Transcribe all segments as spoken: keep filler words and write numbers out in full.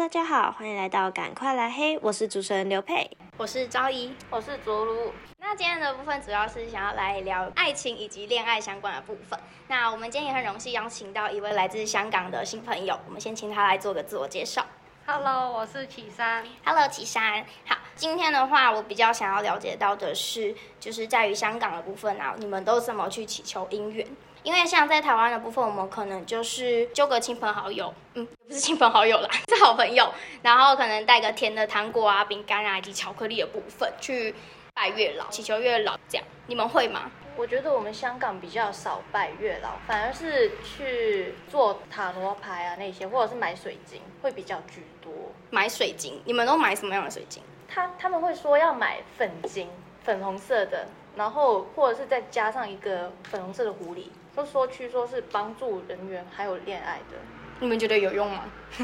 大家好，欢迎来到赶快来黑，我是主持人刘佩， 我是昭仪， 我是卓如。 那今天的部分主要是想要来聊爱情以及恋爱相关的部分。那我们今天也很荣幸邀请到一位来自香港的新朋友，我们先请他来做个自我介绍。 Hello， 我是启山。 Hello， 启山。好，今天的话，我比较想要了解到的是，就是在于香港的部分啊，你们都怎么去祈求姻缘？因为像在台湾的部分，我们可能就是揪个亲朋好友，嗯，不是亲朋好友啦，是好朋友，然后可能带个甜的糖果啊、饼干啊以及巧克力的部分去拜月老，祈求月老这样。你们会吗？ 我觉得我们香港比较少拜月老，反而是去做塔罗牌啊那些，或者是买水晶会比较居多。 买水晶，你们都买什么样的水晶？ 他他们会说要买粉晶，粉红色的，然后或者是再加上一个粉红色的狐狸，都说去说是帮助人缘还有恋爱的。 你们觉得有用吗？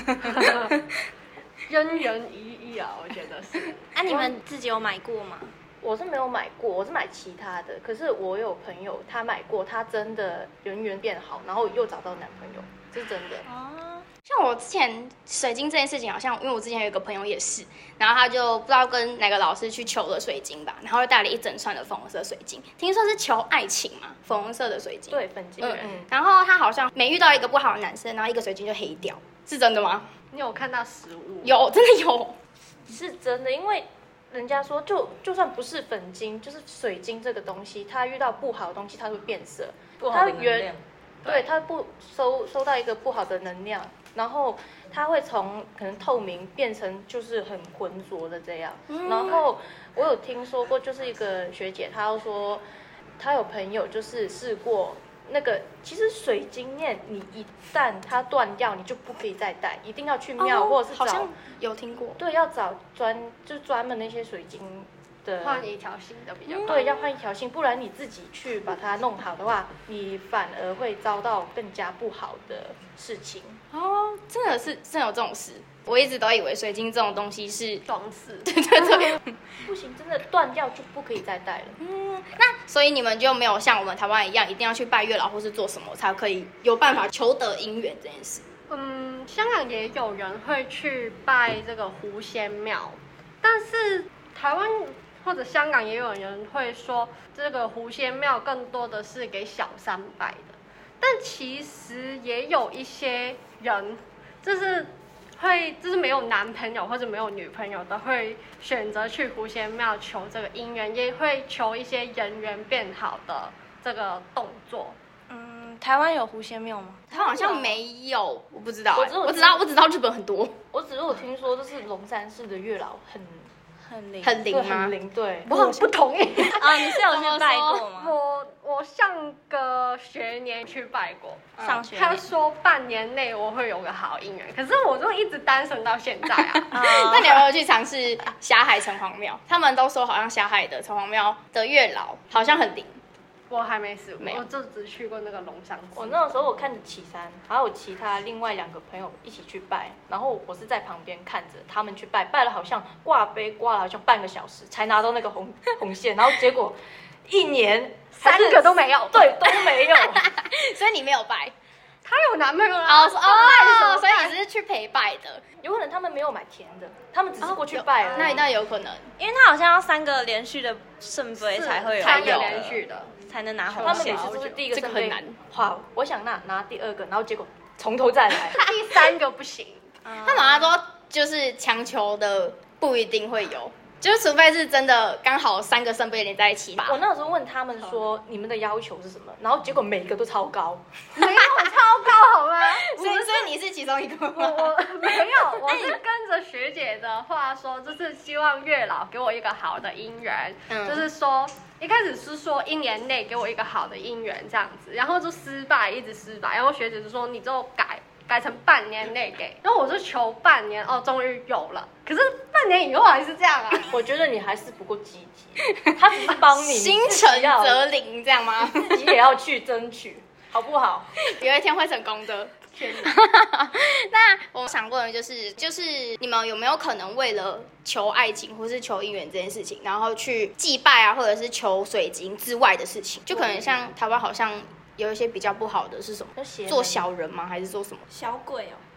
因人而异啊，我觉得是。 啊，你们自己有买过吗？ 我是没有买过，我是买其他的。可是我有朋友他买过，他真的人缘变好，然后又找到男朋友，这是真的。 哦，像我之前水晶这件事情，好像因为我之前有一个朋友也是，然后他就不知道跟哪个老师去求了水晶吧，然后就带了一整串的粉红色水晶，听说是求爱情嘛，粉红色的水晶。 对，粉晶。 嗯嗯。然后他好像每遇到一个不好的男生，然后一个水晶就黑掉，是真的吗？ 你有看到实物？ 有，真的有， 是真的，因为。人家说就，就就算不是粉晶，就是水晶这个东西，它遇到不好的东西，它会变色， 不好的能量， 对，它不收收到一个不好的能量，然后它会从可能透明变成就是很浑浊的这样。嗯、然后我有听说过，就是一个学姐，她说她有朋友就是试过。那个其实水晶面，你一旦它断掉，你就不可以再戴，一定要去庙、哦、或者是找， 好像有听过， 对，要找专就是专门那些水晶的， 换一条新的比较好。 对，要换一条新，不然你自己去把它弄好的话，你反而会遭到更加不好的事情。 哦，真的是真有这种事。我一直都以为水晶这种东西是装饰， 对对对， 不行，真的断掉就不可以再戴了。 嗯，那所以你们就没有像我们台湾一样，一定要去拜月老或是做什么才可以有办法求得姻缘这件事？ 嗯，香港也有人会去拜这个狐仙庙，但是台湾或者香港也有人会说，这个狐仙庙更多的是给小三拜的，但其实也有一些人就是。会就是没有男朋友或者没有女朋友的，会选择去狐仙庙求这个姻缘，也会求一些人缘变好的这个动作。 嗯，台湾有狐仙庙吗？ 台湾好像没有，我不知道、欸。 我只我知道，我只知道日本很多。 我只有听说，就是龙山寺的月老很很灵， 很灵吗？ 很灵，对。 我不同意啊，你是有去拜过吗？ 我我上个学年去拜过， 上学年他说半年内我会有个好姻缘，可是我就一直单身到现在啊。 那你有没有去尝试霞海城隍庙？他们都说好像霞海的城隍庙的月老好像很灵。 我还没试过， 没有， 我就只去过那个龙山寺。 我那个时候我看着岐山，还有其他另外两个朋友一起去拜，然后我是在旁边看着他们去拜，拜了好像挂杯挂了好像半个小时才拿到那个红红线，然后结果一年三个都没有， 对，都没有， 所以你没有拜。 他有男朋友了哦哦，所以你只是去陪拜的， 有可能他们没有买甜的，他们只是过去拜而已。 那那有可能， 因为他好像要三个连续的圣杯才会有， 三个连续的才能拿红他们线。 每次都是第一个这个圣杯很难。 好，我想拿拿第二个，然后结果从头再来， 第三个不行。 他马上说就是强求的不一定会有。就是除非是真的刚好三个圣杯连在一起吧。 我那时候问他们说你们的要求是什么，然后结果每一个都超高， 没有超高好吗？ 所以所以你是其中一个吗？ 我我没有，我是跟着学姐的话说，就是希望月老给我一个好的姻缘，嗯、就是说一开始是说一年内给我一个好的姻缘这样子，然后就失败，一直失败，然后学姐就说你就改。改成半年内给，然后我就求半年哦，终于有了。可是半年以后还是这样啊。 我觉得你还是不够积极，他只是帮你， 心诚则灵，这样吗？ 自己也要去争取，好不好？ 有一天会成功的。那我想问的就是，就是你们有没有可能为了求爱情或是求姻缘这件事情，然后去祭拜啊，或者是求水晶之外的事情？就可能像台湾好像有一些比较不好的是什么？做小人吗？还是做什么？ 小鬼哦。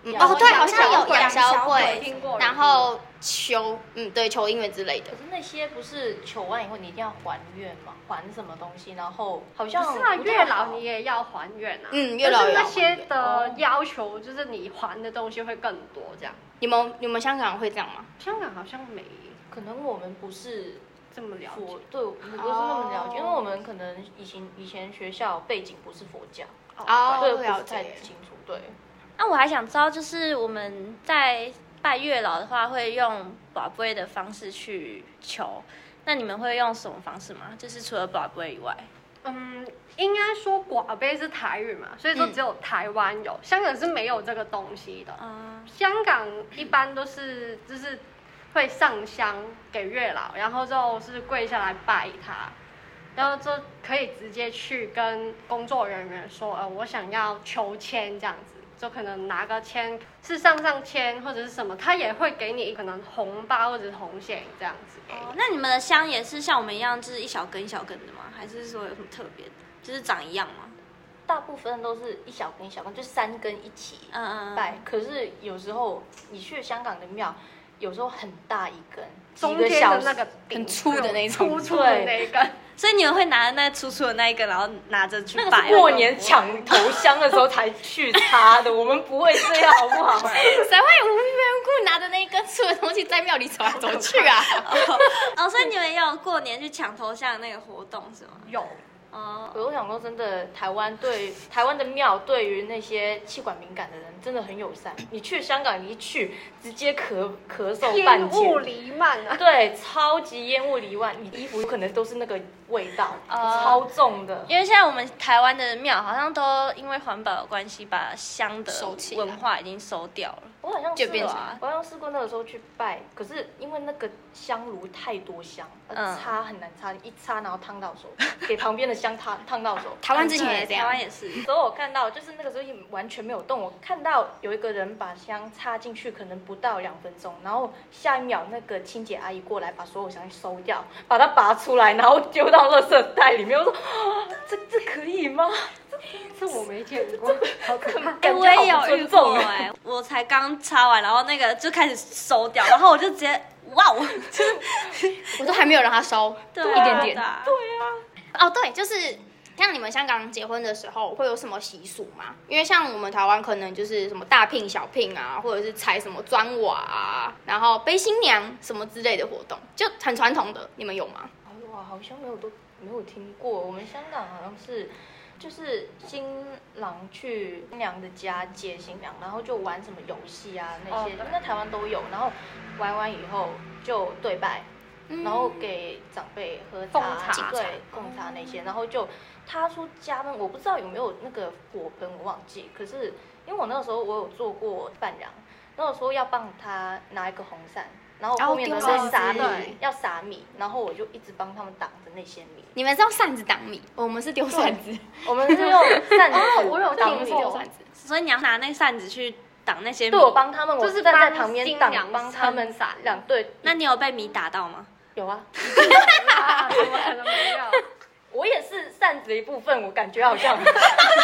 嗯，哦，对，好像有养小小鬼听过， 然后求，嗯，对，求姻缘之类的可。是那些不是求完以后你一定要还愿吗？还什么东西？然后好像不是啊， 不太月老好你也要还愿啊。 嗯，月老就是那也要些的要求，就是你还的东西会更多这样。 你们你们香港会这样吗？ 香港好像没可能我们不是这么了解。 佛，对，我们不是那么了解，因为我们可能以前以前学校背景不是佛教， 哦对，不了是太解清楚，对。 那我还想知道，就是我们在拜月老的话，会用宝贝的方式去求。那你们会用什么方式吗？就是除了宝贝以外， 嗯，应该说寡杯是台语嘛，所以说只有台湾有，香港是没有这个东西的。 嗯， 香港一般都是就是会上香给月老，然后就是跪下来拜他，然后就可以直接去跟工作人员说，呃，我想要求签这样子。就可能拿个签是上上签或者是什么，他也会给你可能红包或者是红线这样子。 哦，那你们的香也是像我们一样，就是一小根一小根的吗？还是说有什么特别的？就是长一样吗？ 大部分都是一小根一小根，就三根一起嗯嗯。 拜。可是有时候你去香港的庙，有时候很大一根， 中几个小间的那个很粗的那种粗粗的那一根。 所以你们会拿那粗粗的那一根，然后拿着去那拜。 个是过年抢头香的时候才去插的，我们不会这样，好不好？ 谁会无缘无故拿着那一根粗的东西在庙里走来走去啊？ 哦，所以你们也有过年去抢头像的那个活动是吗？ 有。 哦， 我想说，真的，台湾对台湾的庙对于那些气管敏感的人真的很友善。你去香港，你一去直接咳咳嗽半烟雾天， 弥漫啊！ 对，超级烟雾弥漫，你衣服可能都是那个味道， 哦超重的。 因为现在我们台湾的庙好像都因为环保的关系，把香的收起来文化已经收掉了。 我好像就是变成我好像试过那个时候去拜，可是因为那个香炉太多香， 嗯擦很难擦，一擦然后烫到手，给旁边的香烫烫到手。 台湾之前也这样对台湾，也是。 所以我看到，就是那个时候也完全没有动。我看到有一个人把香插进去，可能不到两分钟，然后下一秒那个清洁阿姨过来把所有香收掉，把它拔出来，然后丢到垃圾袋里面。我说，啊、这这可以吗？ 这我没见过，好可怕。 哎、 感我觉好不也有遇尊重过哎、我才刚擦完，然后那个就开始收掉，然后我就直接哇，我我都还没有让他收， 对啊一点点。 对啊哦，对，就是像你们香港结婚的时候会有什么习俗吗？因为像我们台湾可能就是什么大聘小聘啊，或者是踩什么砖瓦啊，然后背新娘什么之类的活动，就很传统的，你们有吗？ 哇，好像没有都没有听过。我们香港好像是。就是新郎去新娘的家接新娘，然后就玩什么游戏啊那些， 哦那台湾都有。然后玩完以后就对拜，然后给长辈喝奉茶， 茶对，奉茶那些，然后就踏出家门。我不知道有没有那个火盆，我忘记。可是因为我那个时候我有做过伴娘，那个时候要帮他拿一个红伞。然后后面的是撒米， 对要撒米，然后我就一直帮他们挡着那些米。 你们是用扇子挡米，我们是丢扇子。 我们是用扇子哦我有挡米听过丢扇子。 所以你要拿那个扇子去挡那些米。 对，我帮他们，我就是站在帮旁边挡， 新娘帮他们撑伞两对。 那你有被米打到吗？ 有啊， 啊怎么可能没有？ 我也是扇子的一部分，我感觉好像人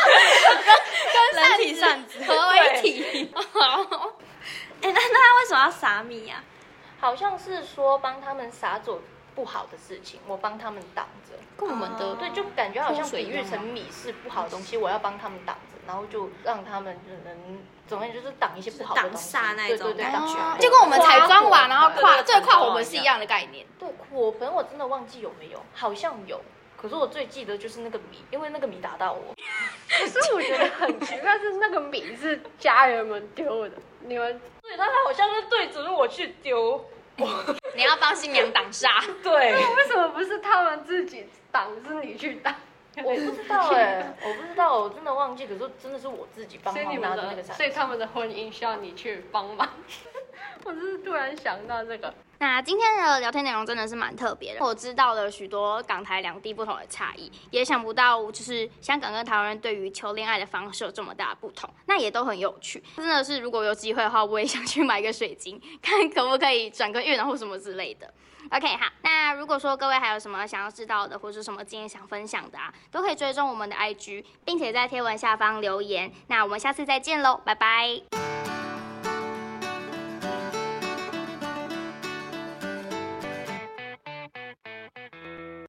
体扇子。 合为一体。 哎、那那他为什么要撒米呀、 好像是说帮他们撒走不好的事情，我帮他们挡着。 跟我们的对，就感觉好像泼水一样吗比喻成米是不好的东西，我要帮他们挡着，然后就让他们就能，总而言之就是挡一些不好的东西， 挡煞那种对对对，挡感觉哦煞就跟我们踩砖瓦，然后跨对对对跨我们是一样的概念。 对，火盆我真的忘记有没有，好像有。可是我最记得就是那个米，因为那个米打到我。 可是我觉得很奇怪，是那个米是家人们丢的，你们对，他好像是对准我去丢。 你要帮新娘挡煞。 对， 为什么不是他们自己挡，是你去挡？ 我不知道哎、我不知道，我真的忘记。可是真的是我自己帮所以你忙拿们的， 的那个伞。 所以他们的婚姻需要你去帮忙。我只是突然想到这个。 那今天的聊天内容真的是蛮特别的，我知道了许多港台两地不同的差异，也想不到就是香港跟台湾人对于求恋爱的方式有这么大的不同，那也都很有趣。真的是如果有机会的话，我也想去买个水晶，看可不可以转个运啊或什么之类的。OK， 好，那如果说各位还有什么想要知道的，或是什么经验想分享的啊，都可以追踪我们的 I G， 并且在贴文下方留言。那我们下次再见喽，拜拜。